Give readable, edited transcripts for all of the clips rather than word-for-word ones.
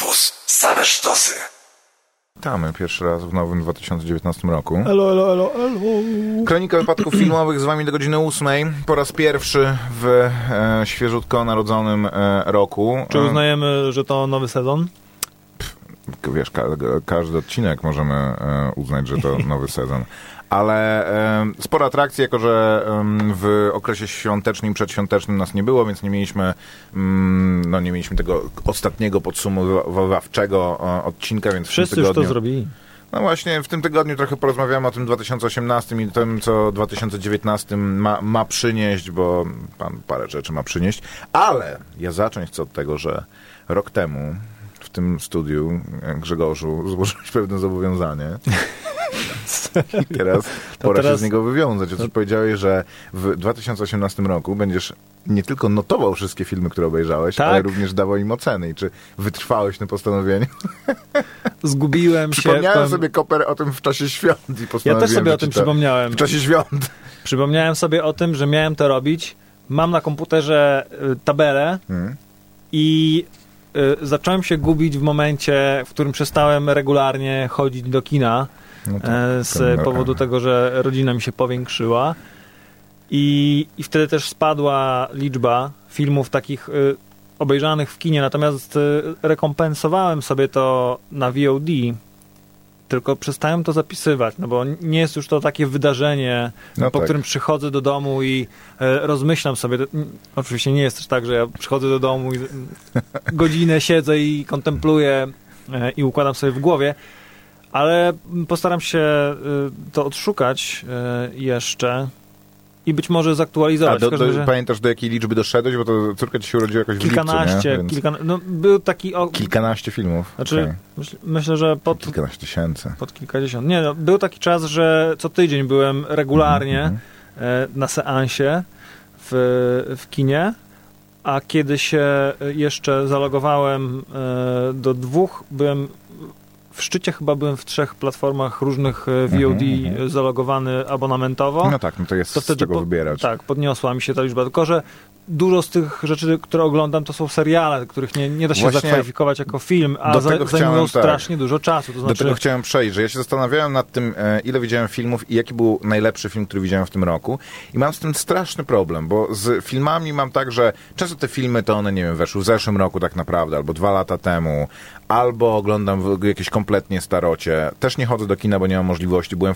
Campus. Same sztosy. Witamy pierwszy raz w nowym 2019 roku. Elo. Kronika wypadków filmowych z wami do godziny 8. Po raz pierwszy w świeżutko narodzonym roku. Czy uznajemy, że to nowy sezon? Wiesz, każdy odcinek możemy uznać, że to nowy sezon. Ale sporo atrakcji, jako że w okresie świątecznym, przedświątecznym nas nie było, więc nie mieliśmy tego ostatniego podsumowawczego odcinka, więc wszyscy w tym tygodniu, już to zrobili. No właśnie, w tym tygodniu trochę porozmawiamy o tym 2018 i tym, co 2019 ma przynieść, bo pan parę rzeczy ma przynieść. Ale ja zacząć chcę od tego, że rok temu w tym studiu, Grzegorzu, złożyłeś pewne zobowiązanie. I teraz pora się z niego wywiązać. Otóż powiedziałeś, że w 2018 roku będziesz nie tylko notował wszystkie filmy, które obejrzałeś, tak, ale również dawał im oceny. I czy wytrwałeś na postanowieniu? Zgubiłem się. Przypomniałem sobie, Koper, o tym w czasie świąt i postanowiłem, ja też sobie o tym przypomniałem. W czasie świąt. Przypomniałem sobie o tym, że miałem to robić. Mam na komputerze tabelę i zacząłem się gubić w momencie, w którym przestałem regularnie chodzić do kina. No tak, z powodu tego, że rodzina mi się powiększyła i wtedy też spadła liczba filmów takich obejrzanych w kinie, natomiast rekompensowałem sobie to na VOD, tylko przestałem to zapisywać, no bo nie jest już to takie wydarzenie, po którym przychodzę do domu i rozmyślam sobie, oczywiście nie jest też tak, że ja przychodzę do domu i godzinę siedzę i kontempluję i układam sobie w głowie, ale postaram się to odszukać jeszcze i być może zaktualizować. Pamiętasz, do jakiej liczby doszedłeś? Bo to córka ci się urodziła jakoś w lipcu, nie? był taki... Kilkanaście filmów. Znaczy, myślę, że kilkanaście tysięcy. Pod kilkadziesiąt. Nie, był taki czas, że co tydzień byłem regularnie na seansie w kinie, a kiedy się jeszcze zalogowałem do 2, byłem w szczycie, chyba byłem w 3 platformach różnych VOD zalogowany abonamentowo. No tak, no to jest z czego wybierać. Tak, podniosła mi się ta liczba, tylko że dużo z tych rzeczy, które oglądam, to są seriale, których nie da się zakwalifikować jako film, a zajmują strasznie dużo czasu. To znaczy... Do tego chciałem przejść, że ja się zastanawiałem nad tym, ile widziałem filmów i jaki był najlepszy film, który widziałem w tym roku. I mam z tym straszny problem, bo z filmami mam tak, że często te filmy to one, nie wiem, weszły w zeszłym roku tak naprawdę, albo 2 lata temu, albo oglądam jakieś kompletnie starocie. Też nie chodzę do kina, bo nie mam możliwości. Byłem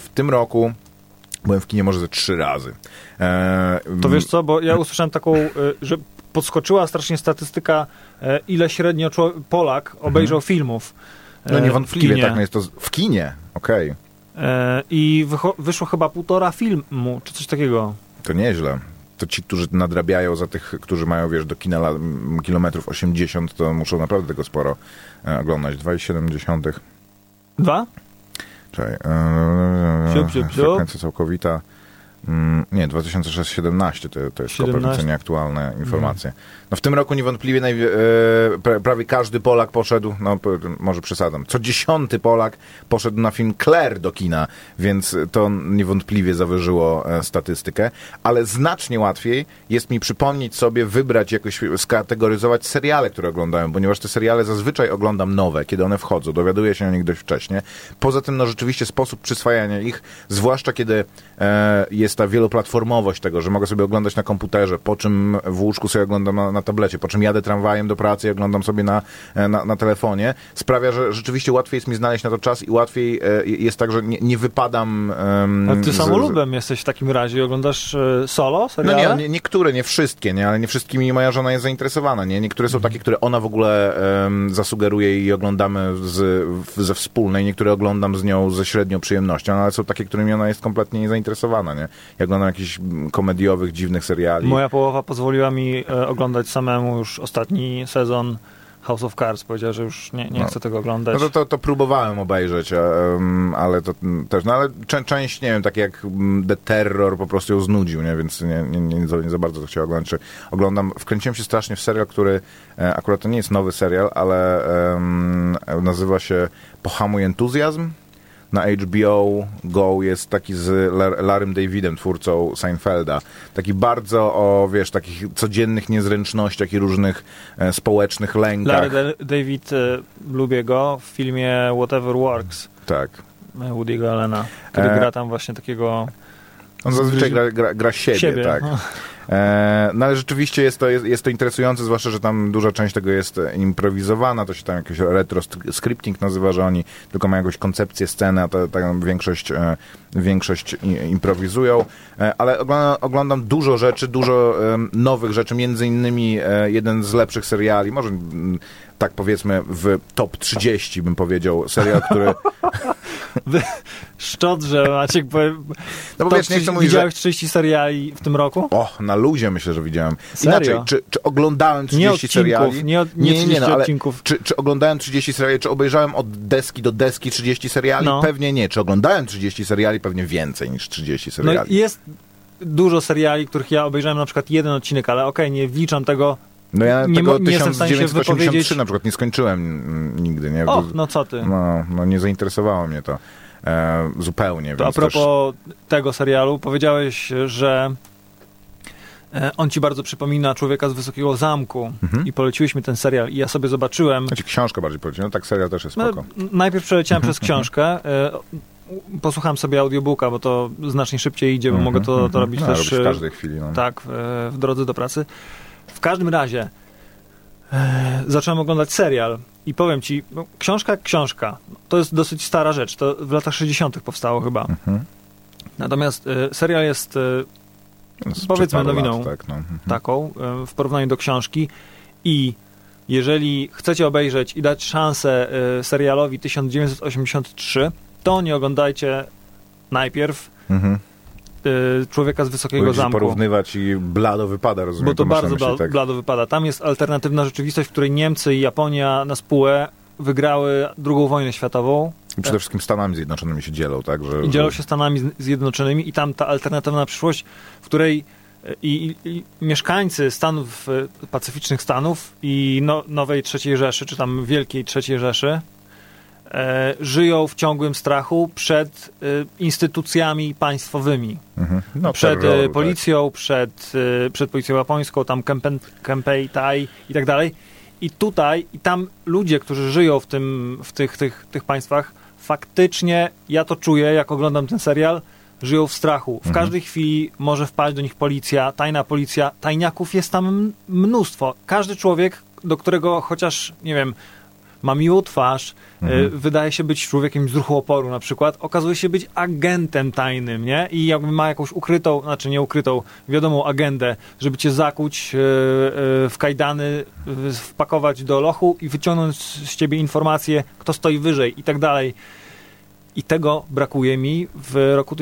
w kinie może ze 3 razy. To wiesz co, bo ja usłyszałem taką, że podskoczyła strasznie statystyka, ile średnio Polak obejrzał filmów. No niewątpliwie tak, no jest to w kinie, okej. I wyszło chyba 1,5 filmu, czy coś takiego. To nieźle. To ci, którzy nadrabiają za tych, którzy mają, wiesz, do kina kilometrów 80, to muszą naprawdę tego sporo oglądać. 2,7. 2? Czekaj. Siup. Frekwencja całkowita. Nie, 2017 to jest Kopernice nieaktualne informacje. No w tym roku niewątpliwie prawie każdy Polak poszedł, no może przesadzam, co 10. Polak poszedł na film Claire do kina, więc to niewątpliwie zawyżyło statystykę, ale znacznie łatwiej jest mi przypomnieć sobie, wybrać jakoś, skategoryzować seriale, które oglądałem, ponieważ te seriale zazwyczaj oglądam nowe, kiedy one wchodzą, dowiaduję się o nich dość wcześnie. Poza tym, no rzeczywiście sposób przyswajania ich, zwłaszcza kiedy jest ta wieloplatformowość tego, że mogę sobie oglądać na komputerze, po czym w łóżku sobie oglądam na tablecie, po czym jadę tramwajem do pracy i oglądam sobie na telefonie, sprawia, że rzeczywiście łatwiej jest mi znaleźć na to czas i łatwiej jest tak, że nie wypadam... A ty samolubem jesteś w takim razie i oglądasz solo seriale? No nie, niektóre, nie wszystkie, nie, ale nie wszystkimi moja żona jest zainteresowana, nie? Niektóre są takie, które ona w ogóle zasugeruje i oglądamy ze wspólnej, niektóre oglądam z nią ze średnią przyjemnością, ale są takie, którymi ona jest kompletnie niezainteresowana, nie? Ja oglądam jakichś komediowych, dziwnych seriali. Moja połowa pozwoliła mi oglądać samemu już ostatni sezon House of Cards. Powiedział, że już nie chce tego oglądać. No to próbowałem obejrzeć, ale to też, no ale część, nie wiem, tak jak The Terror po prostu ją znudził, nie? Więc nie za bardzo to chciałem oglądać. Wkręciłem się strasznie w serial, który akurat to nie jest nowy serial, ale nazywa się Pohamuj Entuzjazm. na HBO Go jest taki z Larrym Davidem, twórcą Seinfelda. Taki bardzo o, wiesz, takich codziennych niezręcznościach i różnych społecznych lękach. Larry David, lubię go w filmie Whatever Works. Tak. Woody'ego Allena, który gra tam właśnie takiego... On zazwyczaj gra siebie, tak. No ale rzeczywiście jest to interesujące, zwłaszcza, że tam duża część tego jest improwizowana, to się tam jakiś retro scripting nazywa, że oni tylko mają jakąś koncepcję sceny, a tam większość improwizują, ale oglądam dużo rzeczy, dużo nowych rzeczy, między innymi jeden z lepszych seriali, może tak powiedzmy w top 30 bym powiedział, serial, który... Szczodrze, Maciek, no bo wiesz, nie chcę mówić, widziałeś 30 seriali w tym roku? O, na luzie myślę, że widziałem. Serio? Inaczej, czy oglądałem 30 seriali? Nie 30 odcinków. Czy oglądałem 30 seriali? Czy obejrzałem od deski do deski 30 seriali? No. Pewnie nie. Czy oglądałem 30 seriali? Pewnie więcej niż 30 seriali. No jest dużo seriali, których ja obejrzałem na przykład jeden odcinek, ale nie wliczam tego. No ja tego 1983 na przykład nie skończyłem nigdy, nie? No co ty? No nie zainteresowało mnie to zupełnie. To więc a propos tego serialu, powiedziałeś, że on ci bardzo przypomina Człowieka z Wysokiego Zamku i poleciłeś mi ten serial i ja sobie zobaczyłem... Znaczy książkę bardziej poleciłem, no tak serial też jest spoko. Najpierw przeleciałem przez książkę, posłuchałem sobie audiobooka, bo to znacznie szybciej idzie, bo mogę to robić też w każdej chwili. No. Tak, w drodze do pracy. W każdym razie zacząłem oglądać serial i powiem ci, książka jak książka, to jest dosyć stara rzecz, to w latach 60. powstało chyba. Natomiast serial jest powiedzmy nowiną tak, no. taką w porównaniu do książki i jeżeli chcecie obejrzeć i dać szansę serialowi 1983, to nie oglądajcie najpierw Człowieka z Wysokiego Zamku. Porównywać i blado wypada, rozumiem. Bo to bardzo blado wypada. Tam jest alternatywna rzeczywistość, w której Niemcy i Japonia na spółę wygrały II wojnę światową. I przede wszystkim Stanami Zjednoczonymi się dzielą, tak? I dzielą się Stanami Zjednoczonymi i tam ta alternatywna przyszłość, w której i mieszkańcy Stanów, pacyficznych Stanów i nowej III Rzeszy, czy tam Wielkiej III Rzeszy, żyją w ciągłym strachu przed instytucjami państwowymi. No, przed terroru, policją, tak. przed policją japońską, tam Kempei Tai i tak dalej. I tutaj, i tam ludzie, którzy żyją w tych państwach, faktycznie, ja to czuję, jak oglądam ten serial, żyją w strachu. W każdej chwili może wpaść do nich policja, tajna policja. Tajniaków jest tam mnóstwo. Każdy człowiek, do którego chociaż, nie wiem, ma miłą twarz, wydaje się być człowiekiem z ruchu oporu na przykład, okazuje się być agentem tajnym, nie? I jakby ma jakąś ukrytą, znaczy nie ukrytą, wiadomą agendę, żeby cię zakuć w kajdany, wpakować do lochu i wyciągnąć z ciebie informacje, kto stoi wyżej i tak dalej. I tego brakuje mi w roku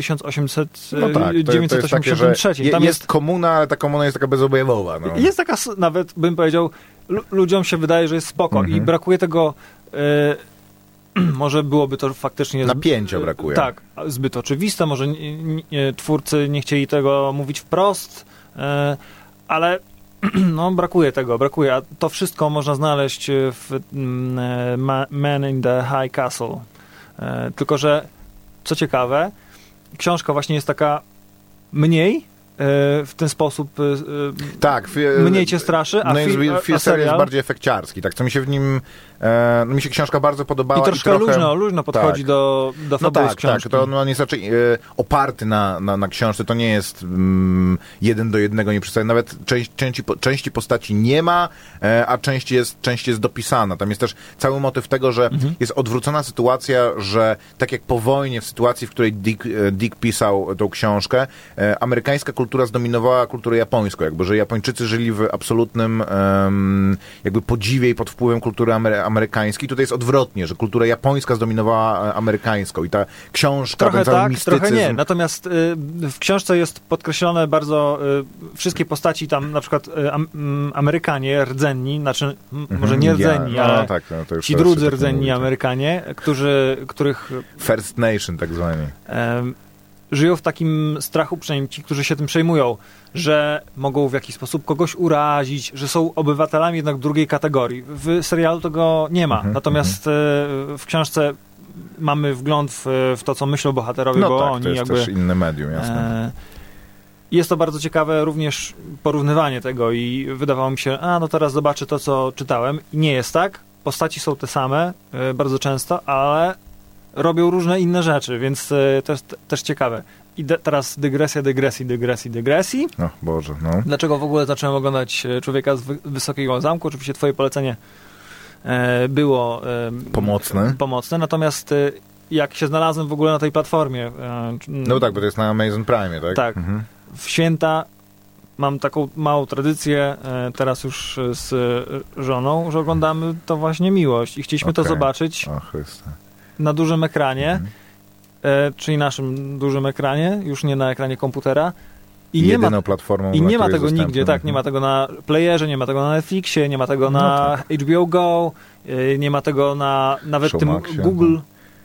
1983. Tam jest komuna, ale ta komuna jest taka bezobjawowa. No. Jest taka, nawet bym powiedział, ludziom się wydaje, że jest spoko i brakuje tego, może byłoby to faktycznie... Napięcia brakuje. Tak, zbyt oczywiste, może twórcy nie chcieli tego mówić wprost, ale no brakuje tego, a to wszystko można znaleźć w Man in the High Castle. Tylko że, co ciekawe, książka właśnie jest taka mniej w ten sposób tak, mniej cię straszy, a serial jest bardziej efekciarski, tak, co mi się w nim mi się książka bardzo podobała. I troszkę luźno podchodzi tak. do fabuły z książki. Tak, to on jest raczej oparty na książce, to nie jest 1 do 1, nie przedstawia, nawet części postaci nie ma, a część jest dopisana. Tam jest też cały motyw tego, że jest odwrócona sytuacja, że tak jak po wojnie, w sytuacji, w której Dick pisał tą książkę, amerykańska kultura zdominowała kulturę japońską, jakby, że Japończycy żyli w absolutnym jakby podziwie i pod wpływem kultury amerykańskiej. Tutaj jest odwrotnie, że kultura japońska zdominowała amerykańską i ta książka, trochę ten cały tak, mistycyzm... trochę nie. Natomiast w książce jest podkreślone bardzo wszystkie postaci tam, na przykład Amerykanie, rdzenni, znaczy może nie rdzenni, ale tak, to już ci drudzy rdzenni Amerykanie, których... First Nation tak zwani. Żyją w takim strachu, przynajmniej ci, którzy się tym przejmują, że mogą w jakiś sposób kogoś urazić, że są obywatelami jednak drugiej kategorii. W serialu tego nie ma. Natomiast w książce mamy wgląd w to, co myślą bohaterowie, bo tak, oni to jest jakby... też inne medium, jasne. Jest to bardzo ciekawe również porównywanie tego i wydawało mi się, no teraz zobaczę to, co czytałem. I nie jest tak. Postaci są te same bardzo często, ale robią różne inne rzeczy, więc to jest też ciekawe. I teraz dygresji. O Boże, no. Dlaczego w ogóle zacząłem oglądać Człowieka z Wysokiego Zamku? Oczywiście twoje polecenie było pomocne, natomiast jak się znalazłem w ogóle na tej platformie... No tak, bo to jest na Amazon Prime, tak? Tak. W święta mam taką małą tradycję, teraz już z żoną, że oglądamy to właśnie Miłość i chcieliśmy to zobaczyć na dużym ekranie, czyli naszym dużym ekranie, już nie na ekranie komputera. I jedyną platformą, i nie ma tego nigdzie, tak, nie ma tego na playerze, nie ma tego na Netflixie, nie ma tego na HBO Go, nie ma tego na nawet Showmaxie, tym Google.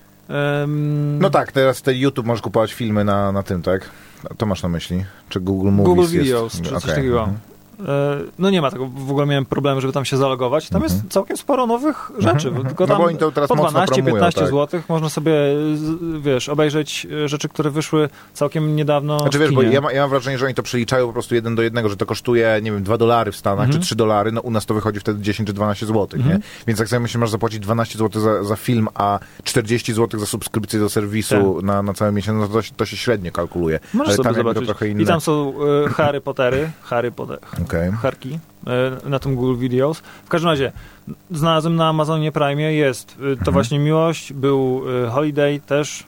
No tak, teraz ten YouTube możesz kupować filmy na tym, tak? To masz na myśli? Czy Google Movies Google Videos, czy coś takiego. No nie ma tego, w ogóle miałem problem, żeby tam się zalogować. Tam jest całkiem sporo nowych rzeczy. Tylko tam bo oni to teraz po 12-15 tak. zł można sobie, wiesz, obejrzeć rzeczy, które wyszły całkiem niedawno. Znaczy wiesz, bo ja mam wrażenie, że oni to przeliczają po prostu 1 do 1, że to kosztuje, nie wiem, $2 w Stanach, czy $3, no u nas to wychodzi wtedy 10 czy 12 zł, nie? Więc jak sobie myślisz, masz zapłacić 12 zł za film, a 40 zł za subskrypcję do serwisu na cały miesiąc, no to się średnio kalkuluje. Możesz ale sobie tam zobaczyć. trochę inne. I tam są Harry Pottery. Harki na tym Google Videos. W każdym razie znalazłem na Amazonie Prime, jest to właśnie Miłość, był Holiday też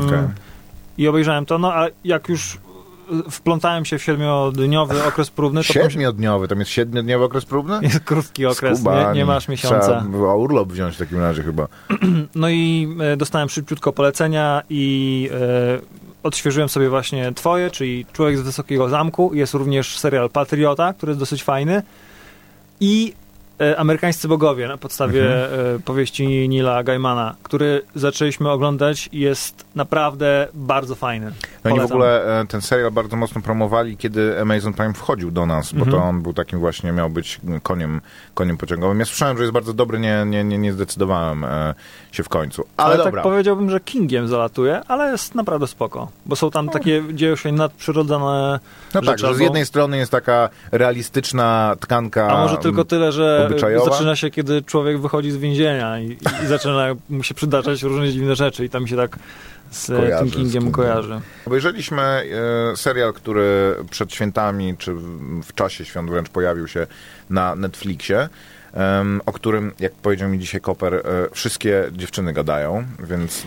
i obejrzałem to, no a jak już wplątałem się w 7-dniowy okres próbny. 7-dniowy? Tam jest 7-dniowy okres próbny? Jest krótki okres, nie masz miesiąca. Trzeba urlop wziąć w takim razie chyba. No i dostałem szybciutko polecenia i odświeżyłem sobie właśnie twoje, czyli Człowiek z Wysokiego Zamku. Jest również serial Patriota, który jest dosyć fajny. I Amerykańscy Bogowie na podstawie powieści Neila Gaimana, który zaczęliśmy oglądać i jest naprawdę bardzo fajny. No i w ogóle ten serial bardzo mocno promowali, kiedy Amazon Prime wchodził do nas, bo to on był takim właśnie, miał być koniem pociągowym. Ja słyszałem, że jest bardzo dobry, nie zdecydowałem się w końcu. Ale dobra. Tak powiedziałbym, że Kingiem zalatuje, ale jest naprawdę spoko, bo są tam takie, dzieją się nadprzyrodzone rzeczy. Tak, że z jednej strony jest taka realistyczna tkanka. A może tylko tyle, że obyczajowa. Zaczyna się, kiedy człowiek wychodzi z więzienia i zaczyna mu się przydarzać różne dziwne rzeczy i tam się tak z tym Kingiem kojarzy. Obejrzeliśmy serial, który przed świętami, czy w czasie świąt wręcz pojawił się na Netflixie, o którym, jak powiedział mi dzisiaj Koper, wszystkie dziewczyny gadają, więc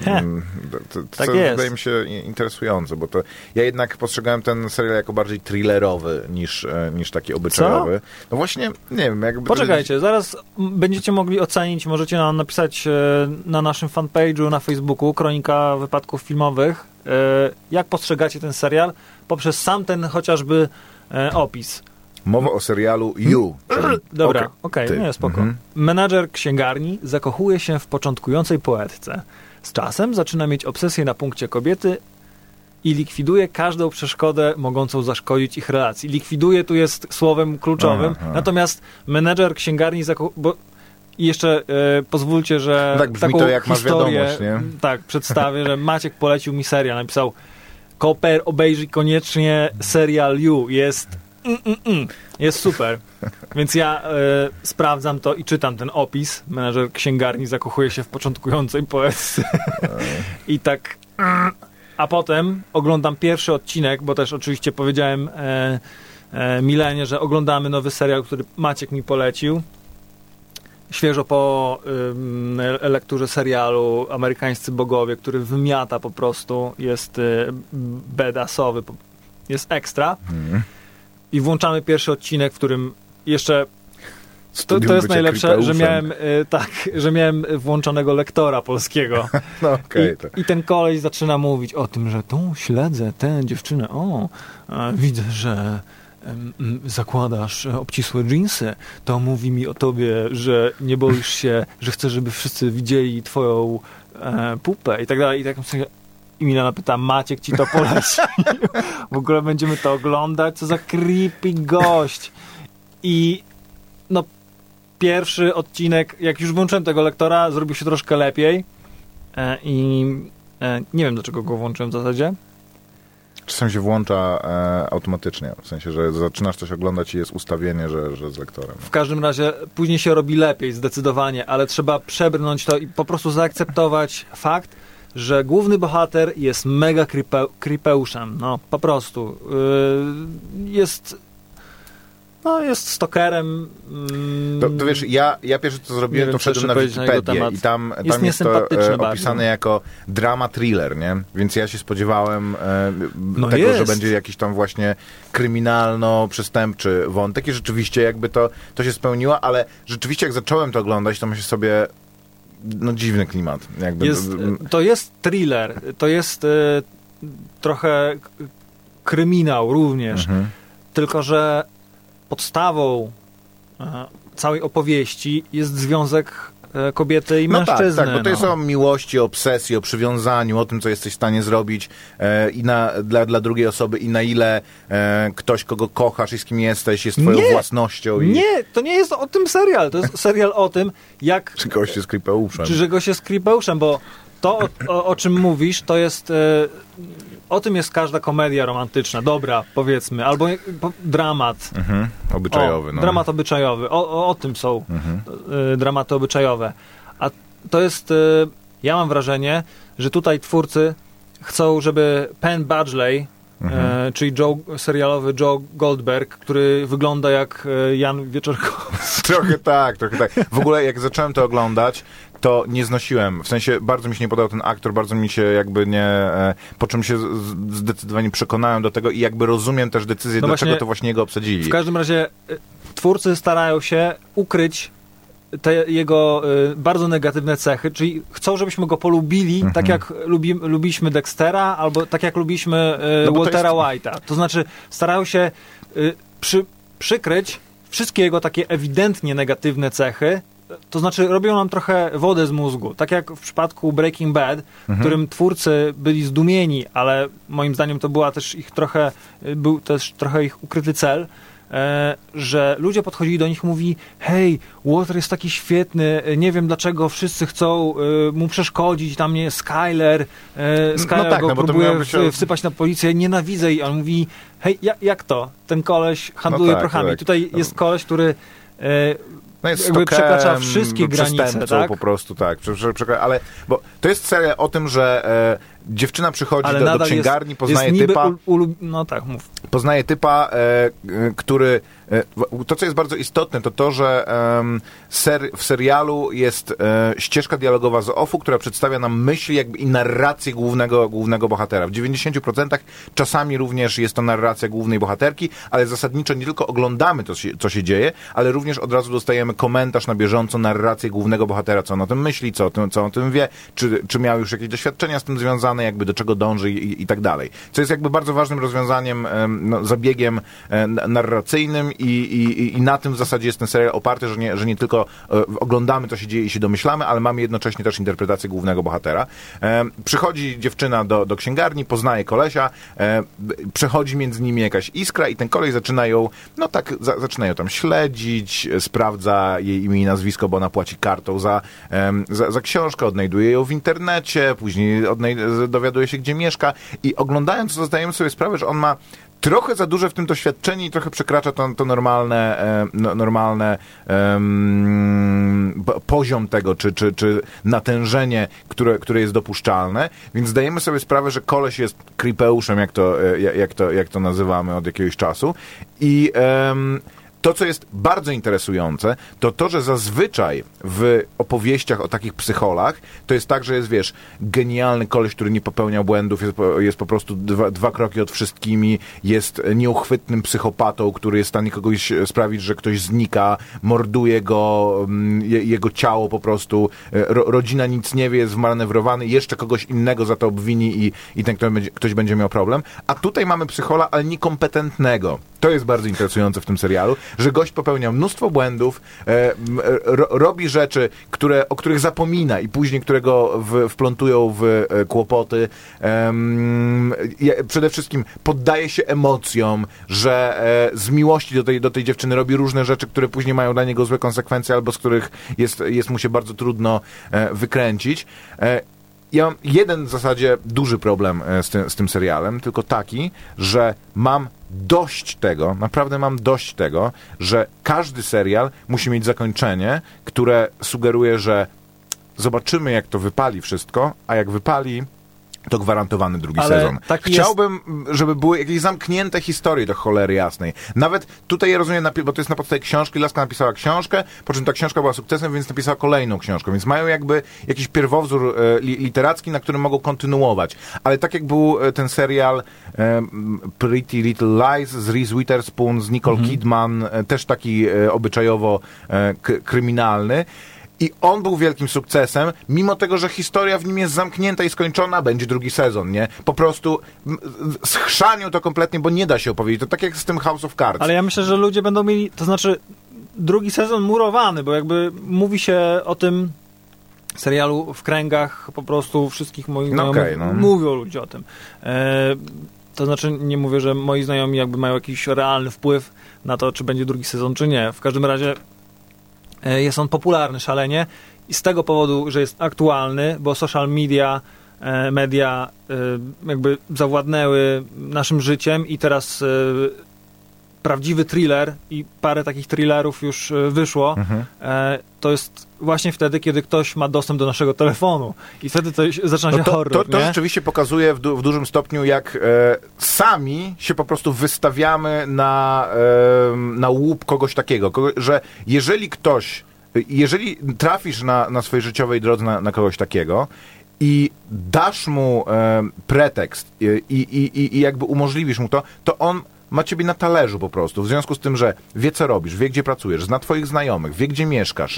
tak to wydaje mi się interesujące, bo to ja jednak postrzegałem ten serial jako bardziej thrillerowy niż taki obyczajowy. Co? No właśnie, nie wiem, jakby... Poczekajcie, zaraz będziecie mogli ocenić, możecie nam napisać na naszym fanpage'u na Facebooku Kronika Wypadków Filmowych, jak postrzegacie ten serial poprzez sam ten chociażby opis. Mowa o serialu You. Dobra, okej, nie, spoko. Menadżer księgarni zakochuje się w początkującej poetce. Z czasem zaczyna mieć obsesję na punkcie kobiety i likwiduje każdą przeszkodę mogącą zaszkodzić ich relacji. Likwiduje tu jest słowem kluczowym, natomiast menadżer księgarni bo i jeszcze pozwólcie, że no tak brzmi taką to, jak historię masz wiadomość, nie? Tak, przedstawię, że Maciek polecił mi serial, napisał: Koper, obejrzyj koniecznie serial You, jest super. Więc ja sprawdzam to i czytam ten opis. Menadżer księgarni zakochuje się w początkującej poetce. I tak... A potem oglądam pierwszy odcinek, bo też oczywiście powiedziałem Milenie, że oglądamy nowy serial, który Maciek mi polecił. Świeżo po lekturze serialu Amerykańscy Bogowie, który wymiata po prostu, jest badasowy, jest ekstra. I włączamy pierwszy odcinek, w którym jeszcze to jest najlepsze, że miałem włączonego lektora polskiego. No, okay, I ten koleś zaczyna mówić o tym, że śledzę tę dziewczynę, widzę, że zakładasz obcisłe dżinsy, to mówi mi o tobie, że nie boisz się, że chcesz, żeby wszyscy widzieli twoją pupę i tak dalej. I tak sobie... I Milena pyta, Maciek ci to poleci. W ogóle będziemy to oglądać? Co za creepy gość. I pierwszy odcinek, jak już włączyłem tego lektora, zrobił się troszkę lepiej. i nie wiem, dlaczego go włączyłem w zasadzie. Czasem się włącza automatycznie, w sensie, że zaczynasz coś oglądać i jest ustawienie, że z lektorem. W każdym razie później się robi lepiej, zdecydowanie, ale trzeba przebrnąć to i po prostu zaakceptować fakt, że główny bohater jest mega creepeuszem. No, po prostu. Jest stalkerem. To wiesz, ja pierwsze co zrobiłem, to wszedłem na Wikipedię i tam jest to opisane jako drama thriller, nie? Więc ja się spodziewałem tego, że będzie jakiś tam właśnie kryminalno-przestępczy wątek i rzeczywiście jakby to się spełniło, ale rzeczywiście jak zacząłem to oglądać, to myślę sobie, dziwny klimat. To jest thriller, to jest trochę kryminał również, tylko że podstawą całej opowieści jest związek kobiety i mężczyzny. Tak, bo to jest o miłości, o obsesji, o przywiązaniu, o tym, co jesteś w stanie zrobić dla drugiej osoby i na ile ktoś, kogo kochasz i z kim jesteś, jest twoją własnością. Nie, to nie jest o tym serial. To jest serial o tym, jak... Czy gość jest creepeuszem. Czy że gość jest creepeuszem, bo to, o czym mówisz, to jest... O tym jest każda komedia romantyczna, dobra, powiedzmy, albo dramat. Obyczajowy. Dramat obyczajowy. O tym są dramaty obyczajowe. A to jest, ja mam wrażenie, że tutaj twórcy chcą, żeby Penn Badgley, czyli serialowy Joe Goldberg, który wygląda jak Jan Wieczorkowski. Trochę tak. W ogóle jak zacząłem to oglądać, to nie znosiłem. W sensie bardzo mi się nie podobał ten aktor, bardzo mi się jakby nie... Po czym się zdecydowanie przekonałem do tego i jakby rozumiem też decyzję, dlaczego to właśnie jego obsadzili. W każdym razie twórcy starają się ukryć te jego bardzo negatywne cechy, czyli chcą, żebyśmy go polubili, tak jak lubiliśmy Dextera, albo tak jak lubiliśmy Waltera White'a. To znaczy starają się przykryć wszystkie jego takie ewidentnie negatywne cechy, to znaczy robią nam trochę wodę z mózgu. Tak jak w przypadku Breaking Bad, w którym twórcy byli zdumieni, ale moim zdaniem to była też był też trochę ich ukryty cel, że ludzie podchodzili do nich i mówi: hej, Walter jest taki świetny, nie wiem dlaczego wszyscy chcą mu przeszkodzić, tam nie Skyler go próbuje wsypać na policję, nienawidzę jej, a on mówi: hej, jak to? Ten koleś handluje prochami. Tak. Tutaj jest koleś, który jest jakby przekracza wszystkie granice, tak? Po prostu, tak. Ale bo to jest seria o tym, że dziewczyna przychodzi do księgarni, poznaje typa. No tak, mów. Poznaje typa, który... To, co jest bardzo istotne, to, że w serialu jest ścieżka dialogowa z OFF-u, która przedstawia nam myśli jakby i narrację głównego bohatera. W 90% czasami również jest to narracja głównej bohaterki, ale zasadniczo nie tylko oglądamy to, co się dzieje, ale również od razu dostajemy komentarz na bieżąco, narrację głównego bohatera, co on o tym myśli, co o tym wie, czy miał już jakieś doświadczenia z tym związane, jakby do czego dąży i tak dalej. Co jest jakby bardzo ważnym rozwiązaniem, zabiegiem narracyjnym i na tym w zasadzie jest ten serial oparty, że nie tylko oglądamy, co się dzieje i się domyślamy, ale mamy jednocześnie też interpretację głównego bohatera. Przychodzi dziewczyna do księgarni, poznaje kolesia, przechodzi między nimi jakaś iskra i ten koleś zaczyna ją tam śledzić, sprawdza jej imię i nazwisko, bo ona płaci kartą za książkę, odnajduje ją w internecie, później dowiaduje się, gdzie mieszka i oglądając to zdajemy sobie sprawę, że on ma trochę za duże w tym doświadczenie i trochę przekracza to normalne poziom tego, czy natężenie, które jest dopuszczalne, więc zdajemy sobie sprawę, że koleś jest creepeuszem, jak to nazywamy od jakiegoś czasu i to, co jest bardzo interesujące, to, że zazwyczaj w opowieściach o takich psycholach, to jest tak, że jest, wiesz, genialny koleś, który nie popełnia błędów, jest po prostu dwa kroki od wszystkimi, jest nieuchwytnym psychopatą, który jest w stanie kogoś sprawić, że ktoś znika, morduje go, jego ciało po prostu, rodzina nic nie wie, jest wmanewrowany, jeszcze kogoś innego za to obwini i ten ktoś będzie miał problem. A tutaj mamy psychola, ale niekompetentnego. To jest bardzo interesujące w tym serialu, że gość popełnia mnóstwo błędów, robi rzeczy, o których zapomina i później którego wplątują w kłopoty. Przede wszystkim poddaje się emocjom, że z miłości do tej dziewczyny robi różne rzeczy, które później mają dla niego złe konsekwencje albo z których jest mu się bardzo trudno wykręcić. ja mam jeden w zasadzie duży problem z tym serialem, tylko taki, że mam dość tego, naprawdę mam dość tego, że każdy serial musi mieć zakończenie, które sugeruje, że zobaczymy, jak to wypali wszystko, a jak wypali, to gwarantowany drugi sezon. Chciałbym, żeby były jakieś zamknięte historie do cholery jasnej. Nawet tutaj ja rozumiem, bo to jest na podstawie książki, Laska napisała książkę, po czym ta książka była sukcesem, więc napisała kolejną książkę, więc mają jakby jakiś pierwowzór literacki, na którym mogą kontynuować. Ale tak jak był ten serial Pretty Little Lies z Reese Witherspoon, z Nicole Kidman, też taki obyczajowo kryminalny, i on był wielkim sukcesem, mimo tego, że historia w nim jest zamknięta i skończona, będzie drugi sezon, nie? Po prostu schrzanił to kompletnie, bo nie da się opowiedzieć. To tak jak z tym House of Cards. Ale ja myślę, że ludzie będą mieli, to znaczy drugi sezon murowany, bo jakby mówi się o tym serialu w kręgach po prostu wszystkich moich znajomych. Mówią ludzie o tym. To znaczy nie mówię, że moi znajomi jakby mają jakiś realny wpływ na to, czy będzie drugi sezon, czy nie. W każdym razie jest on popularny szalenie i z tego powodu, że jest aktualny, bo social media, media jakby zawładnęły naszym życiem i teraz prawdziwy thriller i parę takich thrillerów już wyszło, to jest właśnie wtedy, kiedy ktoś ma dostęp do naszego telefonu i wtedy to zaczyna się horror. To rzeczywiście pokazuje w dużym stopniu, jak sami się po prostu wystawiamy na łup kogoś takiego, że jeżeli trafisz na swojej życiowej drodze na kogoś takiego i dasz mu pretekst i jakby umożliwisz mu to on ma ciebie na talerzu po prostu, w związku z tym, że wie, co robisz, wie, gdzie pracujesz, zna twoich znajomych, wie, gdzie mieszkasz,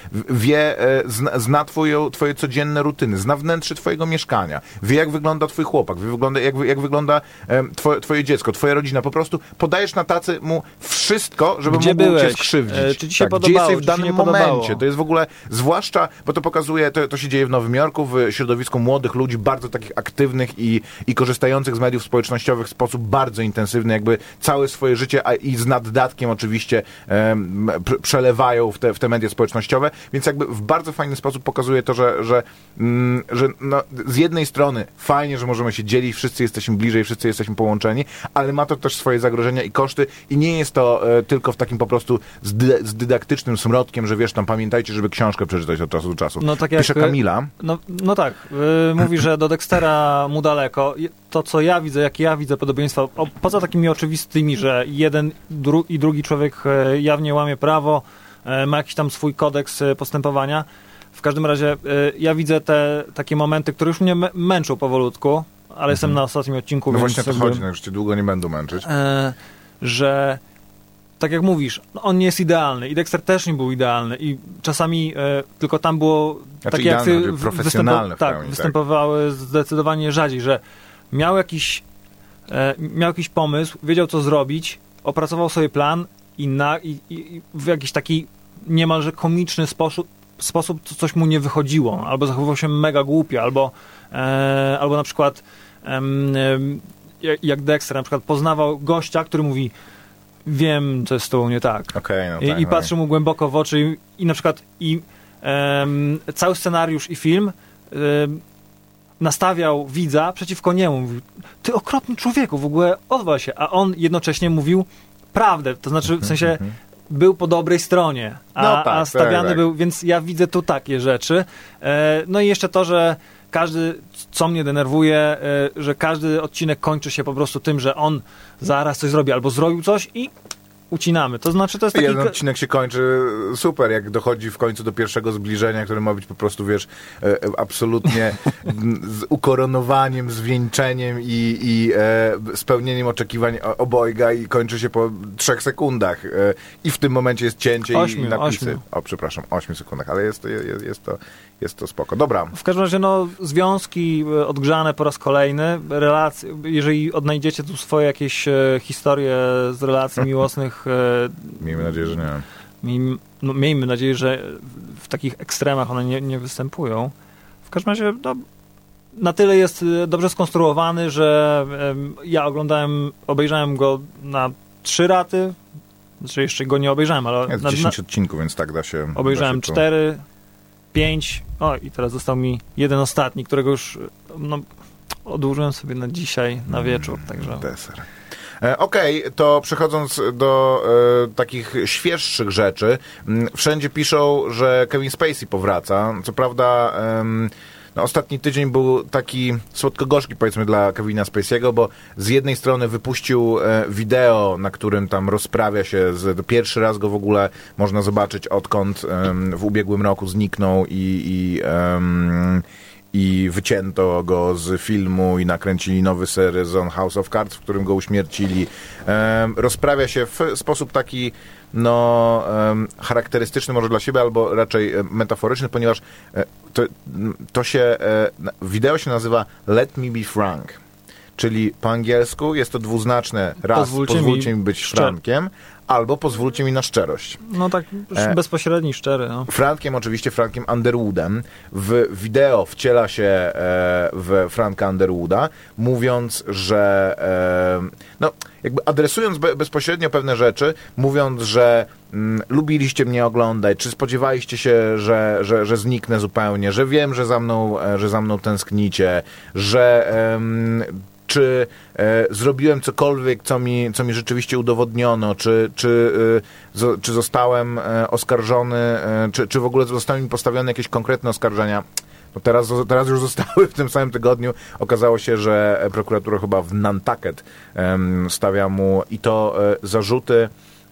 zna twoje codzienne rutyny, zna wnętrze twojego mieszkania, wie, jak wygląda twój chłopak, jak wygląda twoje dziecko, twoja rodzina. Po prostu podajesz na tacy mu wszystko, żeby mógł cię skrzywdzić. Czy ci się podobało, gdzie jesteś w danym momencie. To jest w ogóle, zwłaszcza, bo to pokazuje, to się dzieje w Nowym Jorku, w środowisku młodych ludzi, bardzo takich aktywnych i korzystających z mediów społecznościowych w sposób bardzo intensywny, jakby całe swoje życie i z naddatkiem oczywiście przelewają w te media społecznościowe, więc jakby w bardzo fajny sposób pokazuje to, że no, z jednej strony fajnie, że możemy się dzielić, wszyscy jesteśmy bliżej, wszyscy jesteśmy połączeni, ale ma to też swoje zagrożenia i koszty i nie jest to tylko w takim po prostu z dydaktycznym smrodkiem, że wiesz, tam pamiętajcie, żeby książkę przeczytać od czasu do czasu. No, tak jak, pisze Kamila. No tak, mówi, że do Dextera mu daleko. To, co ja widzę, jakie ja widzę podobieństwa, poza takimi oczywistymi, że jeden i drugi człowiek jawnie łamie prawo, ma jakiś tam swój kodeks postępowania. W każdym razie ja widzę te takie momenty, które już mnie męczą powolutku, ale jestem na ostatnim odcinku, no więc... właśnie to chodzi, już cię długo nie będą męczyć. Że tak jak mówisz, on nie jest idealny i Dexter też nie był idealny i czasami tylko tam było znaczy takie idealne, profesjonalne występowały zdecydowanie rzadziej, że miał jakiś pomysł, wiedział, co zrobić, opracował sobie plan i w jakiś taki niemalże komiczny sposób coś mu nie wychodziło, albo zachowywał się mega głupio, albo na przykład jak Dexter na przykład poznawał gościa, który mówi: wiem, co jest z tobą nie tak. I patrzy mu głęboko w oczy i na przykład cały scenariusz i film nastawiał widza przeciwko niemu. Mówił: ty okropny człowieku, w ogóle odwal się. A on jednocześnie mówił prawdę. To znaczy, w sensie był po dobrej stronie, a stawiany był, więc ja widzę tu takie rzeczy. No i jeszcze to, że co mnie denerwuje, że każdy odcinek kończy się po prostu tym, że on zaraz coś zrobi, albo zrobił coś i ucinamy. To znaczy, to jest taki... Jeden odcinek się kończy super, jak dochodzi w końcu do pierwszego zbliżenia, które ma być po prostu, wiesz, absolutnie z ukoronowaniem, zwieńczeniem i spełnieniem oczekiwań obojga i kończy się po 3 sekundach. I w tym momencie jest cięcie i napisy. 8 sekundach, ale jest to spoko. Dobra. W każdym razie, no, związki odgrzane po raz kolejny, relacje, jeżeli odnajdziecie tu swoje jakieś historie z relacji miłosnych, miejmy nadzieję, że nie. Miejmy nadzieję, że w takich ekstremach one nie występują. W każdym razie, no, na tyle jest dobrze skonstruowany, że ja obejrzałem go na 3 raty, znaczy jeszcze go nie obejrzałem, ale... Jest 10 odcinków, więc tak da się... Obejrzałem 4 5. O, i teraz został mi jeden ostatni, którego już odłożyłem sobie na dzisiaj, na wieczór, także... Deser. Okej, to przechodząc do takich świeższych rzeczy, wszędzie piszą, że Kevin Spacey powraca. Co prawda ostatni tydzień był taki słodko-gorzki, powiedzmy, dla Kevina Spacey'ego, bo z jednej strony wypuścił wideo, na którym tam rozprawia się, pierwszy raz go w ogóle można zobaczyć, odkąd w ubiegłym roku zniknął i wycięto go z filmu i nakręcili nowy sezon House of Cards, w którym go uśmiercili. Rozprawia się w sposób taki charakterystyczny może dla siebie, albo raczej metaforyczny, ponieważ wideo się nazywa Let Me Be Frank, czyli po angielsku jest to dwuznaczne, raz pozwólcie mi być Frankiem, albo pozwólcie mi na szczerość. No tak bezpośredni, szczery. No. Frankiem, oczywiście Frankiem Underwoodem. W wideo wciela się w Franka Underwooda, mówiąc, że jakby adresując bezpośrednio pewne rzeczy, mówiąc, że lubiliście mnie oglądać, czy spodziewaliście się, że zniknę zupełnie, że wiem, że za mną tęsknicie, że czy zrobiłem cokolwiek, co mi rzeczywiście udowodniono, czy zostałem oskarżony, czy w ogóle zostały mi postawione jakieś konkretne oskarżenia. No teraz już zostały w tym samym tygodniu. Okazało się, że prokuratura chyba w Nantucket stawia mu i to zarzuty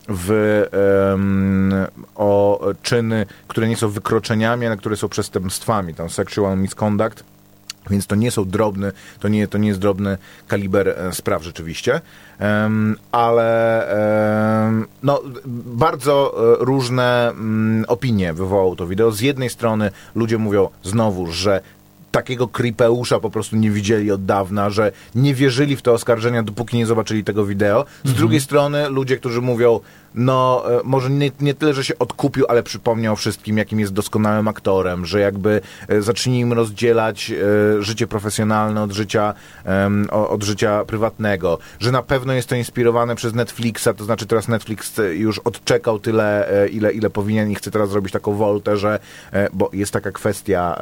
o czyny, które nie są wykroczeniami, ale które są przestępstwami, tam sexual misconduct. Więc to nie są drobne, to nie jest drobny kaliber spraw rzeczywiście, ale bardzo różne opinie wywołało to wideo. Z jednej strony ludzie mówią znowu, że takiego krypeusza po prostu nie widzieli od dawna, że nie wierzyli w te oskarżenia, dopóki nie zobaczyli tego wideo. Z drugiej strony ludzie, którzy mówią, może nie tyle, że się odkupił, ale przypomniał wszystkim, jakim jest doskonałym aktorem, że jakby zacznijmy rozdzielać życie profesjonalne od życia prywatnego, że na pewno jest to inspirowane przez Netflixa, to znaczy teraz Netflix już odczekał tyle, ile powinien i chce teraz zrobić taką woltę, bo jest taka kwestia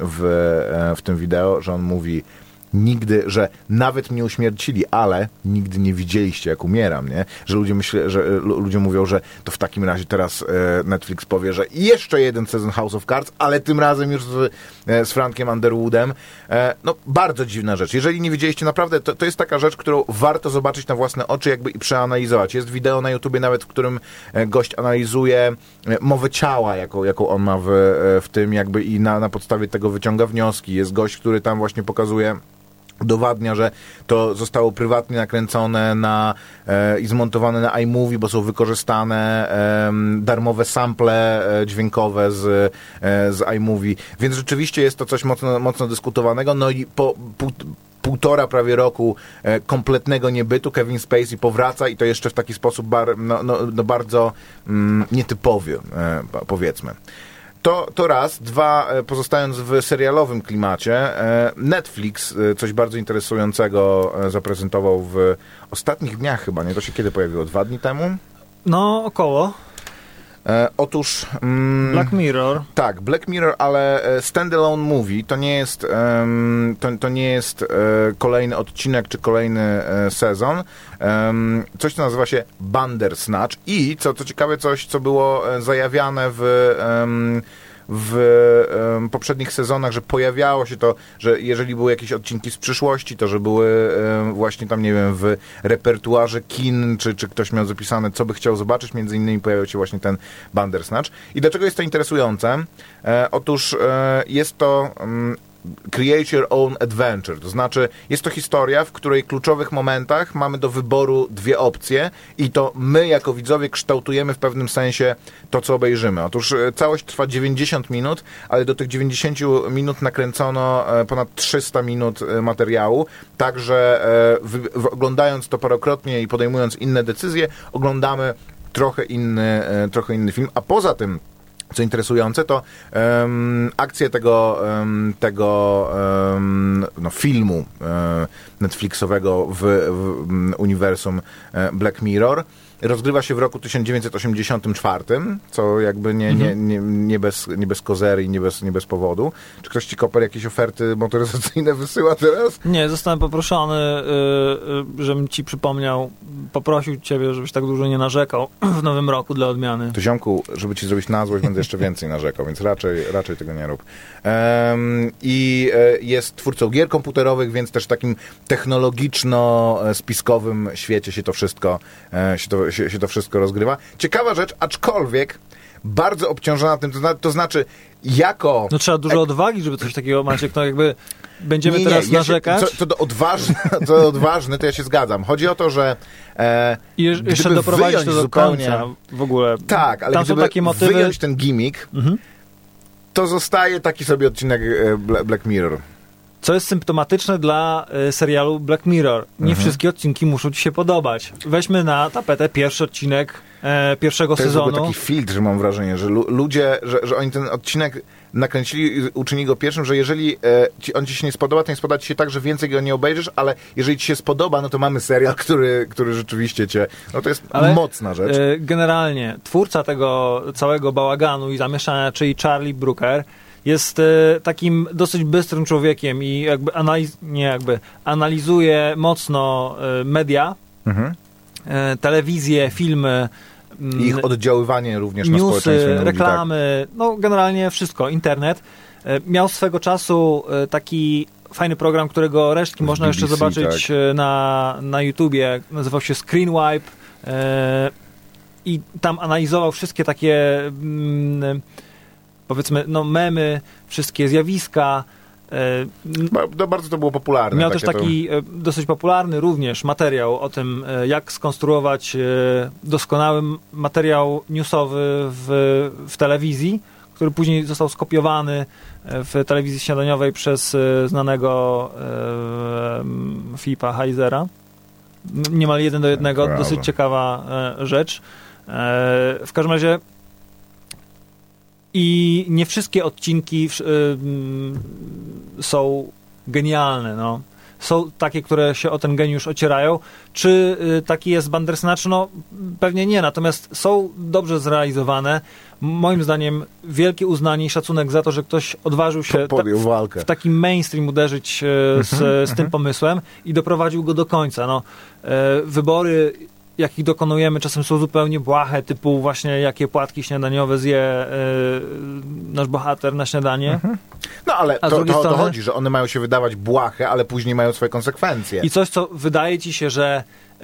w tym wideo, że on mówi że nawet mnie uśmiercili, ale nigdy nie widzieliście, jak umieram, nie? Że ludzie mówią, że to w takim razie teraz Netflix powie, że jeszcze jeden sezon House of Cards, ale tym razem już z Frankiem Underwoodem. Bardzo dziwna rzecz. Jeżeli nie widzieliście, naprawdę, to jest taka rzecz, którą warto zobaczyć na własne oczy jakby i przeanalizować. Jest wideo na YouTubie nawet, w którym gość analizuje mowę ciała, jaką on ma w tym jakby i na podstawie tego wyciąga wnioski. Jest gość, który tam właśnie udowadnia, że to zostało prywatnie nakręcone i zmontowane na iMovie, bo są wykorzystane darmowe sample dźwiękowe z iMovie. Więc rzeczywiście jest to coś mocno dyskutowanego. No i po półtora prawie roku kompletnego niebytu Kevin Spacey powraca i to jeszcze w taki sposób bardzo nietypowy, powiedzmy. To raz. Dwa, pozostając w serialowym klimacie, Netflix coś bardzo interesującego zaprezentował w ostatnich dniach chyba, nie? To się kiedy pojawiło? 2 dni temu? No, około. Otóż... Black Mirror. Tak, Black Mirror, ale standalone movie to nie jest kolejny odcinek czy kolejny sezon. Coś, co nazywa się Bandersnatch i, co ciekawe, coś, co było zajawiane w poprzednich sezonach, że pojawiało się to, że jeżeli były jakieś odcinki z przyszłości, to że były właśnie tam, nie wiem, w repertuarze kin, czy ktoś miał zapisane, co by chciał zobaczyć, między innymi pojawił się właśnie ten Bandersnatch. I dlaczego jest to interesujące? Otóż jest to Create Your Own Adventure, to znaczy jest to historia, w której w kluczowych momentach mamy do wyboru 2 opcje i to my jako widzowie kształtujemy w pewnym sensie to, co obejrzymy. Otóż całość trwa 90 minut, ale do tych 90 minut nakręcono ponad 300 minut materiału, także oglądając to parokrotnie i podejmując inne decyzje, oglądamy trochę inny film, a poza tym, co interesujące, to akcja tego filmu Netflixowego w uniwersum Black Mirror rozgrywa się w roku 1984, co jakby nie bez kozery i nie bez powodu. Czy ktoś ci, Koper, jakieś oferty motoryzacyjne wysyła teraz? Nie, zostałem poproszony, żebym ci przypomniał, poprosił ciebie, żebyś tak dużo nie narzekał w nowym roku dla odmiany. To, ziomku, żeby ci zrobić na złość, będę jeszcze więcej narzekał, więc raczej tego nie rób. I jest twórcą gier komputerowych, więc też w takim technologiczno-spiskowym świecie się to wszystko rozgrywa. Ciekawa rzecz, aczkolwiek bardzo obciążona tym, to znaczy jako... No trzeba dużo odwagi, żeby coś takiego, Maciek, no jakby będziemy teraz narzekać. Co do odważny, to ja się zgadzam. Chodzi o to, że jeszcze doprowadzić to do końca w ogóle. Tak, ale tam gdyby są takie motywy... wyjąć ten gimmick, to zostaje taki sobie odcinek Black Mirror. Co jest symptomatyczne dla serialu Black Mirror. Nie wszystkie odcinki muszą ci się podobać. Weźmy na tapetę pierwszy odcinek pierwszego sezonu. To jest taki filtr, że mam wrażenie, że ludzie, że oni ten odcinek nakręcili, uczynili go pierwszym, że jeżeli on ci się nie spodoba, to nie spodoba ci się tak, że więcej go nie obejrzysz, ale jeżeli ci się spodoba, no to mamy serial, który rzeczywiście cię... No to jest mocna rzecz. Generalnie twórca tego całego bałaganu i zamieszania, czyli Charlie Brooker, jest takim dosyć bystrym człowiekiem i analizuje mocno media, telewizję, filmy, i ich oddziaływanie również newsy, na społeczeństwo. Reklamy, no generalnie wszystko, internet. Miał swego czasu taki fajny program, którego resztki można BBC, jeszcze zobaczyć na YouTubie. Nazywał się Screenwipe i tam analizował wszystkie takie powiedzmy, memy, wszystkie zjawiska. Bardzo to było popularne. Miał też taki dosyć popularny również materiał o tym, jak skonstruować doskonały materiał newsowy w telewizji, który później został skopiowany w telewizji śniadaniowej przez znanego Filipa Heisera. Niemal 1 do 1, dosyć ciekawa rzecz. W każdym razie i nie wszystkie odcinki są genialne, no. Są takie, które się o ten geniusz ocierają. Czy taki jest Bandersnatch? No pewnie nie, natomiast są dobrze zrealizowane. Moim zdaniem wielkie uznanie i szacunek za to, że ktoś odważył się w taki mainstream uderzyć z tym pomysłem i doprowadził go do końca. No, wybory, jakich dokonujemy, czasem są zupełnie błahe, typu właśnie jakie płatki śniadaniowe zje nasz bohater na śniadanie. No ale to chodzi, że one mają się wydawać błahe, ale później mają swoje konsekwencje. I coś, co wydaje ci się, że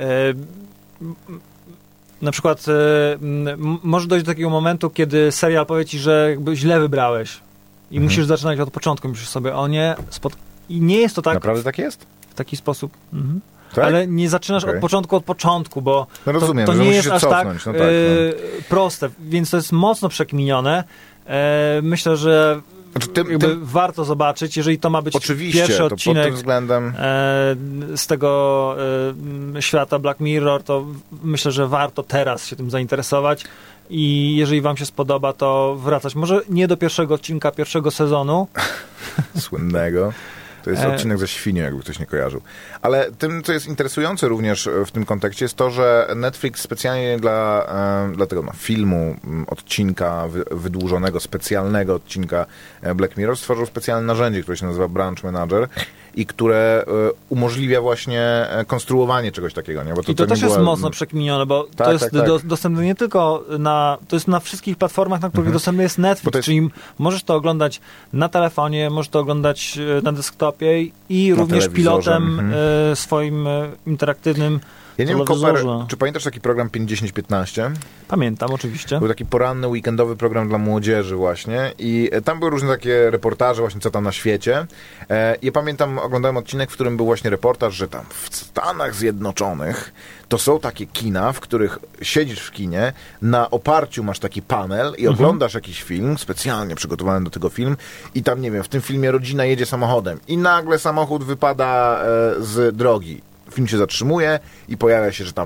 na przykład może dojść do takiego momentu, kiedy serial powie ci, że jakby źle wybrałeś i musisz zaczynać od początku. Myślisz sobie, i nie jest to tak... Naprawdę tak jest? W taki sposób. Tak? Ale nie zaczynasz od początku, bo rozumiem, to nie jest aż cofnąć. tak, proste, więc to jest mocno przekminione. Myślę, że warto zobaczyć, jeżeli to ma być pierwszy odcinek pod tym względem z tego świata Black Mirror, to myślę, że warto teraz się tym zainteresować i jeżeli wam się spodoba, to wracać. Może nie do pierwszego odcinka pierwszego sezonu. Słynnego. To jest odcinek ze Świnią, jakby ktoś nie kojarzył. Ale tym, co jest interesujące również w tym kontekście, jest to, że Netflix specjalnie dla tego filmu, odcinka wydłużonego, specjalnego odcinka Black Mirror stworzył specjalne narzędzie, które się nazywa Branch Manager i które umożliwia właśnie konstruowanie czegoś takiego. Nie? Bo to też jest mocno przekminione, bo to jest dostępne nie tylko to jest na wszystkich platformach, na których dostępny jest Netflix, czyli możesz to oglądać na telefonie, możesz to oglądać na desktopie i również pilotem swoim interaktywnym. Ja nie wiem, Koper, czy pamiętasz taki program 50-15? Pamiętam, oczywiście. Był taki poranny, weekendowy program dla młodzieży właśnie i tam były różne takie reportaże właśnie, co tam na świecie. Ja pamiętam, oglądałem odcinek, w którym był właśnie reportaż, że tam w Stanach Zjednoczonych to są takie kina, w których siedzisz w kinie, na oparciu masz taki panel i oglądasz jakiś film, specjalnie przygotowany do tego film i tam, nie wiem, w tym filmie rodzina jedzie samochodem i nagle samochód wypada z drogi. Film się zatrzymuje i pojawia się, że tam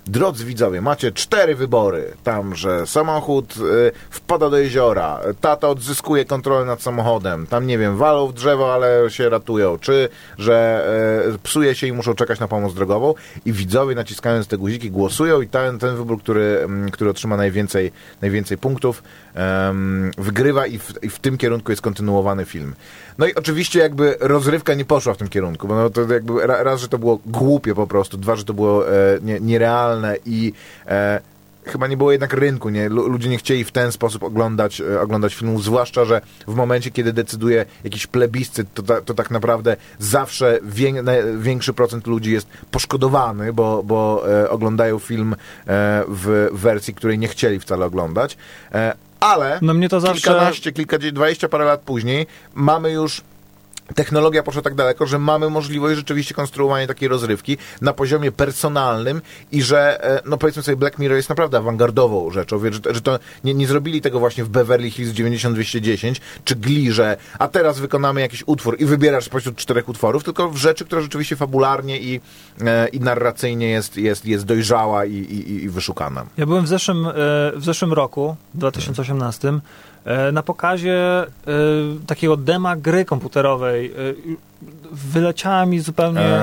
drodzy widzowie, macie 4 wybory. Tam, że samochód wpada do jeziora, tata odzyskuje kontrolę nad samochodem, tam, nie wiem, walą w drzewo, ale się ratują, czy, że psuje się i muszą czekać na pomoc drogową i widzowie, naciskając te guziki, głosują i ten wybór, który otrzyma najwięcej punktów, wygrywa i w tym kierunku jest kontynuowany film. No i oczywiście jakby rozrywka nie poszła w tym kierunku, bo no to jakby raz, że to było głupie po prostu, dwa, że to było nierealne i chyba nie było jednak rynku, nie? Ludzie nie chcieli w ten sposób oglądać filmów, zwłaszcza, że w momencie, kiedy decyduje jakiś plebiscyt, to tak naprawdę zawsze większy procent ludzi jest poszkodowany, bo oglądają film w wersji, której nie chcieli wcale oglądać. Ale no mnie to zawsze... 20 parę lat później mamy już technologia poszła tak daleko, że mamy możliwość rzeczywiście konstruowania takiej rozrywki na poziomie personalnym i że, no powiedzmy sobie, Black Mirror jest naprawdę awangardową rzeczą, że to nie zrobili tego właśnie w Beverly Hills 90210 czy Glee, że a teraz wykonamy jakiś utwór i wybierasz spośród 4 utworów, tylko w rzeczy, która rzeczywiście fabularnie i narracyjnie jest dojrzała i wyszukana. Ja byłem w zeszłym roku, w 2018, na pokazie takiego dema gry komputerowej. Wyleciała mi zupełnie...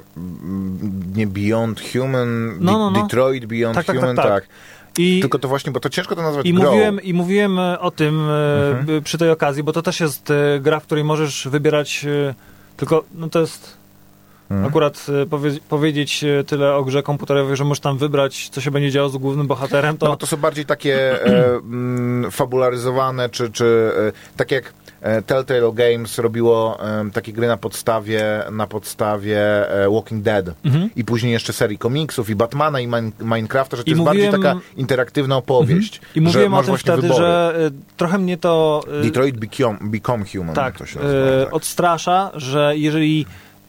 nie Beyond Human, Detroit Beyond Human, tak. Tylko to właśnie, bo to ciężko to nazwać grą. I mówiłem o tym przy tej okazji, bo to też jest gra, w której możesz wybierać, tylko no to jest... Akurat powiedzieć tyle o grze komputerowej, że możesz tam wybrać, co się będzie działo z głównym bohaterem, to... No, to są bardziej takie fabularyzowane, czy tak jak Telltale Games robiło takie gry na podstawie Walking Dead i później jeszcze serii komiksów i Batmana i Minecrafta, że to jest bardziej taka interaktywna opowieść. I mówiłem o tym wtedy, wybory. Że trochę mnie to... Detroit Become Human. Tak, to się nazywa, tak. Odstrasza, że jeżeli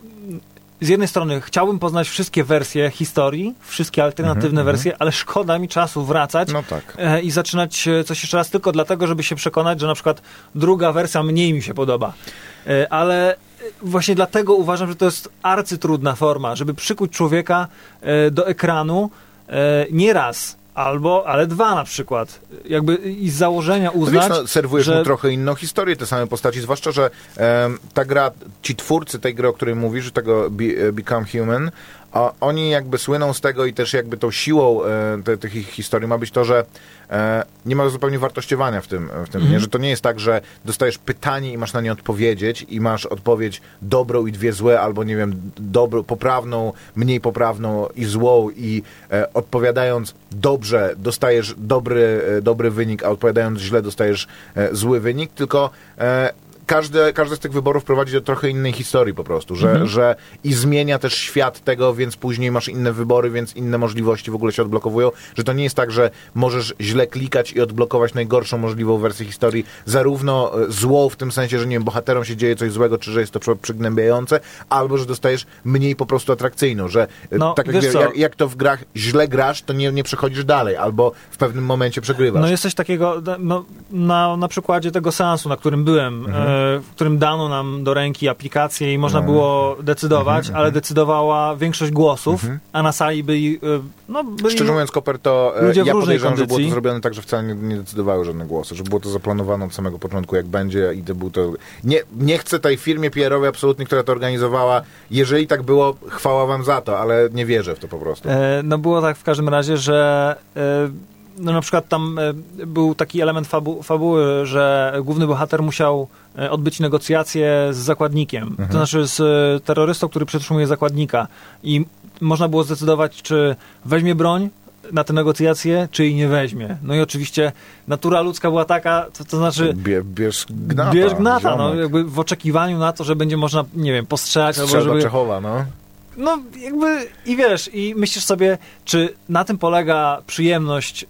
z jednej strony chciałbym poznać wszystkie wersje historii, wszystkie alternatywne wersje, ale szkoda mi czasu wracać i zaczynać coś jeszcze raz tylko dlatego, żeby się przekonać, że na przykład druga wersja mniej mi się podoba. Ale właśnie dlatego uważam, że to jest arcytrudna forma, żeby przykuć człowieka do ekranu nie raz, ale 2 na przykład. Jakby i z założenia uznać, wiesz, serwujesz mu trochę inną historię, te same postaci, zwłaszcza, że ta gra, ci twórcy tej gry, o której mówisz, tego Become Human, oni jakby słyną z tego i też jakby tą siłą tych ich historii ma być to, że nie ma zupełnie wartościowania w tym nie? Że to nie jest tak, że dostajesz pytanie i masz na nie odpowiedzieć i masz odpowiedź dobrą i 2 złe, albo nie wiem, poprawną, mniej poprawną i złą i odpowiadając dobrze dostajesz dobry wynik, a odpowiadając źle dostajesz zły wynik, tylko każdy z tych wyborów prowadzi do trochę innej historii po prostu, że i zmienia też świat tego, więc później masz inne wybory, więc inne możliwości w ogóle się odblokowują, że to nie jest tak, że możesz źle klikać i odblokować najgorszą możliwą wersję historii, zarówno złą w tym sensie, że nie wiem, bohaterom się dzieje coś złego, czy że jest to przygnębiające, albo że dostajesz mniej po prostu atrakcyjną, że tak jak to w grach źle grasz, to nie przechodzisz dalej, albo w pewnym momencie przegrywasz. No jest coś takiego, na przykładzie tego seansu, na którym byłem, w którym dano nam do ręki aplikację i można było decydować, ale decydowała większość głosów, a na sali byli szczerze mówiąc, Koper, to ja podejrzewam, że było to zrobione tak, że wcale nie decydowały żadne głosy, że było to zaplanowane od samego początku, jak będzie i to był to... Nie chcę tej firmie PR-owej absolutnie, która to organizowała. Jeżeli tak było, chwała wam za to, ale nie wierzę w to po prostu. No było tak w każdym razie, że na przykład tam był taki element fabuły, że główny bohater musiał odbyć negocjacje z zakładnikiem. To znaczy z terrorystą, który przetrzymuje zakładnika. I można było zdecydować, czy weźmie broń na te negocjacje, czy jej nie weźmie. No i oczywiście natura ludzka była taka, to znaczy... Bierz gnata, no, jakby w oczekiwaniu na to, że będzie można, nie wiem, postrzelać. Strzelba albo żeby... Czechowa, no. No jakby i wiesz, i myślisz sobie, czy na tym polega przyjemność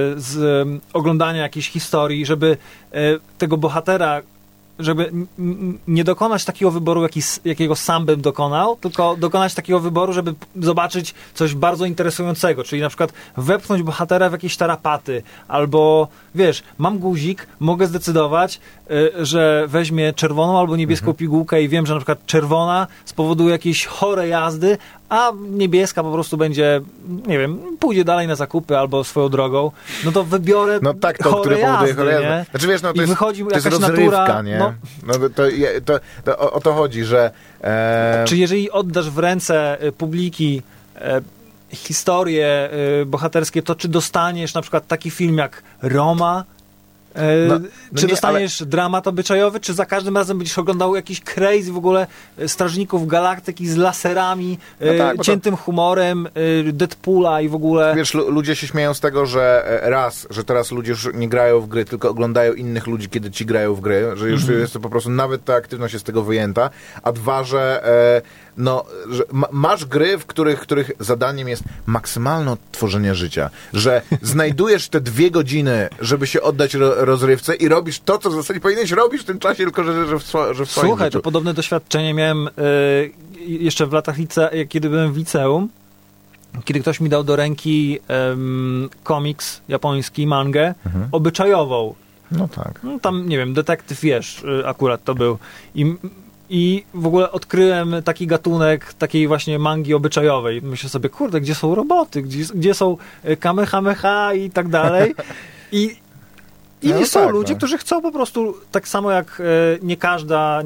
z oglądania jakiejś historii, żeby tego bohatera, żeby nie dokonać takiego wyboru, jakiego sam bym dokonał, tylko dokonać takiego wyboru, żeby zobaczyć coś bardzo interesującego, czyli na przykład wepchnąć bohatera w jakieś tarapaty, albo wiesz, mam guzik, mogę zdecydować, że weźmie czerwoną albo niebieską pigułkę i wiem, że na przykład czerwona spowoduje jakieś chore jazdy, a niebieska po prostu będzie, nie wiem, pójdzie dalej na zakupy albo swoją drogą, no to wybiorę no tak, to, który powoduje chore. Znaczy wiesz, no to jest, wychodzi to jest jakaś rozrywka, natura, nie? No, To o to chodzi, że... Czy jeżeli oddasz w ręce publiki historie bohaterskie, to czy dostaniesz na przykład taki film jak Roma? Czy nie, dostaniesz dramat obyczajowy, czy za każdym razem będziesz oglądał jakiś crazy w ogóle Strażników Galaktyki z laserami, ciętym humorem, Deadpoola i w ogóle... Wiesz, ludzie się śmieją z tego, że teraz ludzie już nie grają w gry, tylko oglądają innych ludzi, kiedy ci grają w gry, że już jest to po prostu, nawet ta aktywność jest z tego wyjęta, a dwa, że że masz gry, w których zadaniem jest maksymalne odtworzenie życia, że znajdujesz te 2 godziny, żeby się oddać rozrywce i robisz to, co w zasadzie powinieneś robić w tym czasie, tylko że w swoim Słuchaj, życiu. to podobne doświadczenie miałem jeszcze w latach kiedy byłem w liceum, kiedy ktoś mi dał do ręki komiks japoński, mangę, obyczajową. No tak. No, tam, nie wiem, detektyw, wiesz, akurat to był. I w ogóle odkryłem taki gatunek takiej właśnie mangi obyczajowej. Myślę sobie, kurde, gdzie są roboty, gdzie są kamehameha i tak dalej. I są tak, ludzie, którzy chcą po prostu, tak samo jak nie każda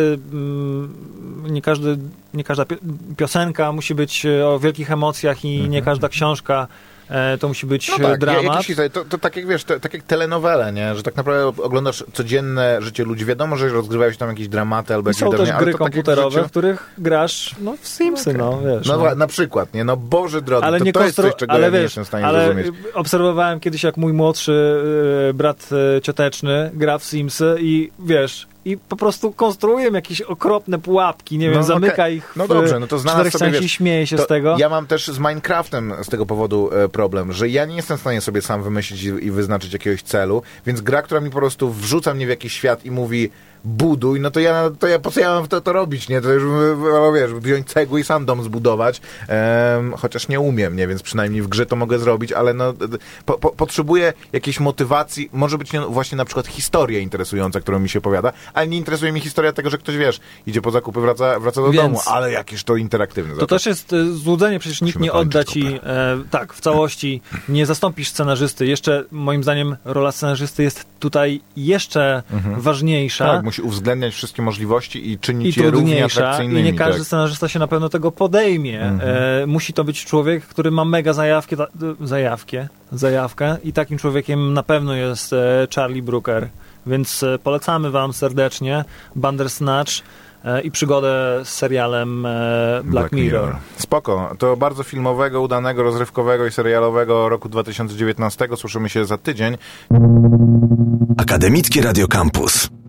piosenka musi być o wielkich emocjach i nie każda książka to musi być dramat. To tak jak wiesz, tak jak telenowele, nie? Że tak naprawdę oglądasz codzienne życie ludzi. Wiadomo, że rozgrywają się tam jakieś dramaty albo jakieś są wydarzenia. Są też gry komputerowe, w których grasz w Simsy, wiesz. Na przykład, nie? No Boże drogi, to jest coś, czego ja nie jestem w stanie zrozumieć. Obserwowałem kiedyś, jak mój młodszy brat cioteczny gra w Simsy i wiesz... I po prostu konstruuję jakieś okropne pułapki, nie wiem, zamyka ich no dobrze, no to znalazł sobie, i śmieje się z tego. Ja mam też z Minecraftem z tego powodu problem, że ja nie jestem w stanie sobie sam wymyślić i wyznaczyć jakiegoś celu, więc gra, która mi po prostu wrzuca mnie w jakiś świat i mówi buduj, no to ja po co ja mam to robić, nie? To już, wiesz, wziąć cegły i sam dom zbudować, chociaż nie umiem, nie? Więc przynajmniej w grze to mogę zrobić, ale potrzebuję jakiejś motywacji, może być właśnie na przykład historia interesująca, którą mi się opowiada, ale nie interesuje mnie historia tego, że ktoś, wiesz, idzie po zakupy, wraca do domu, ale jakieś to interaktywne. To też jest złudzenie, przecież nikt nie odda ci, w całości, nie zastąpisz scenarzysty. Jeszcze, moim zdaniem, rola scenarzysty jest tutaj jeszcze ważniejsza. Tak, musi uwzględniać wszystkie możliwości i czynić je równie atrakcyjnymi. I nie każdy scenarzysta się na pewno tego podejmie. Musi to być człowiek, który ma mega zajawkę i takim człowiekiem na pewno jest Charlie Brooker. Więc polecamy wam serdecznie Bandersnatch i przygodę z serialem Black Mirror. Spoko. To bardzo filmowego, udanego, rozrywkowego i serialowego roku 2019. Słyszymy się za tydzień. Akademickie Radio Campus.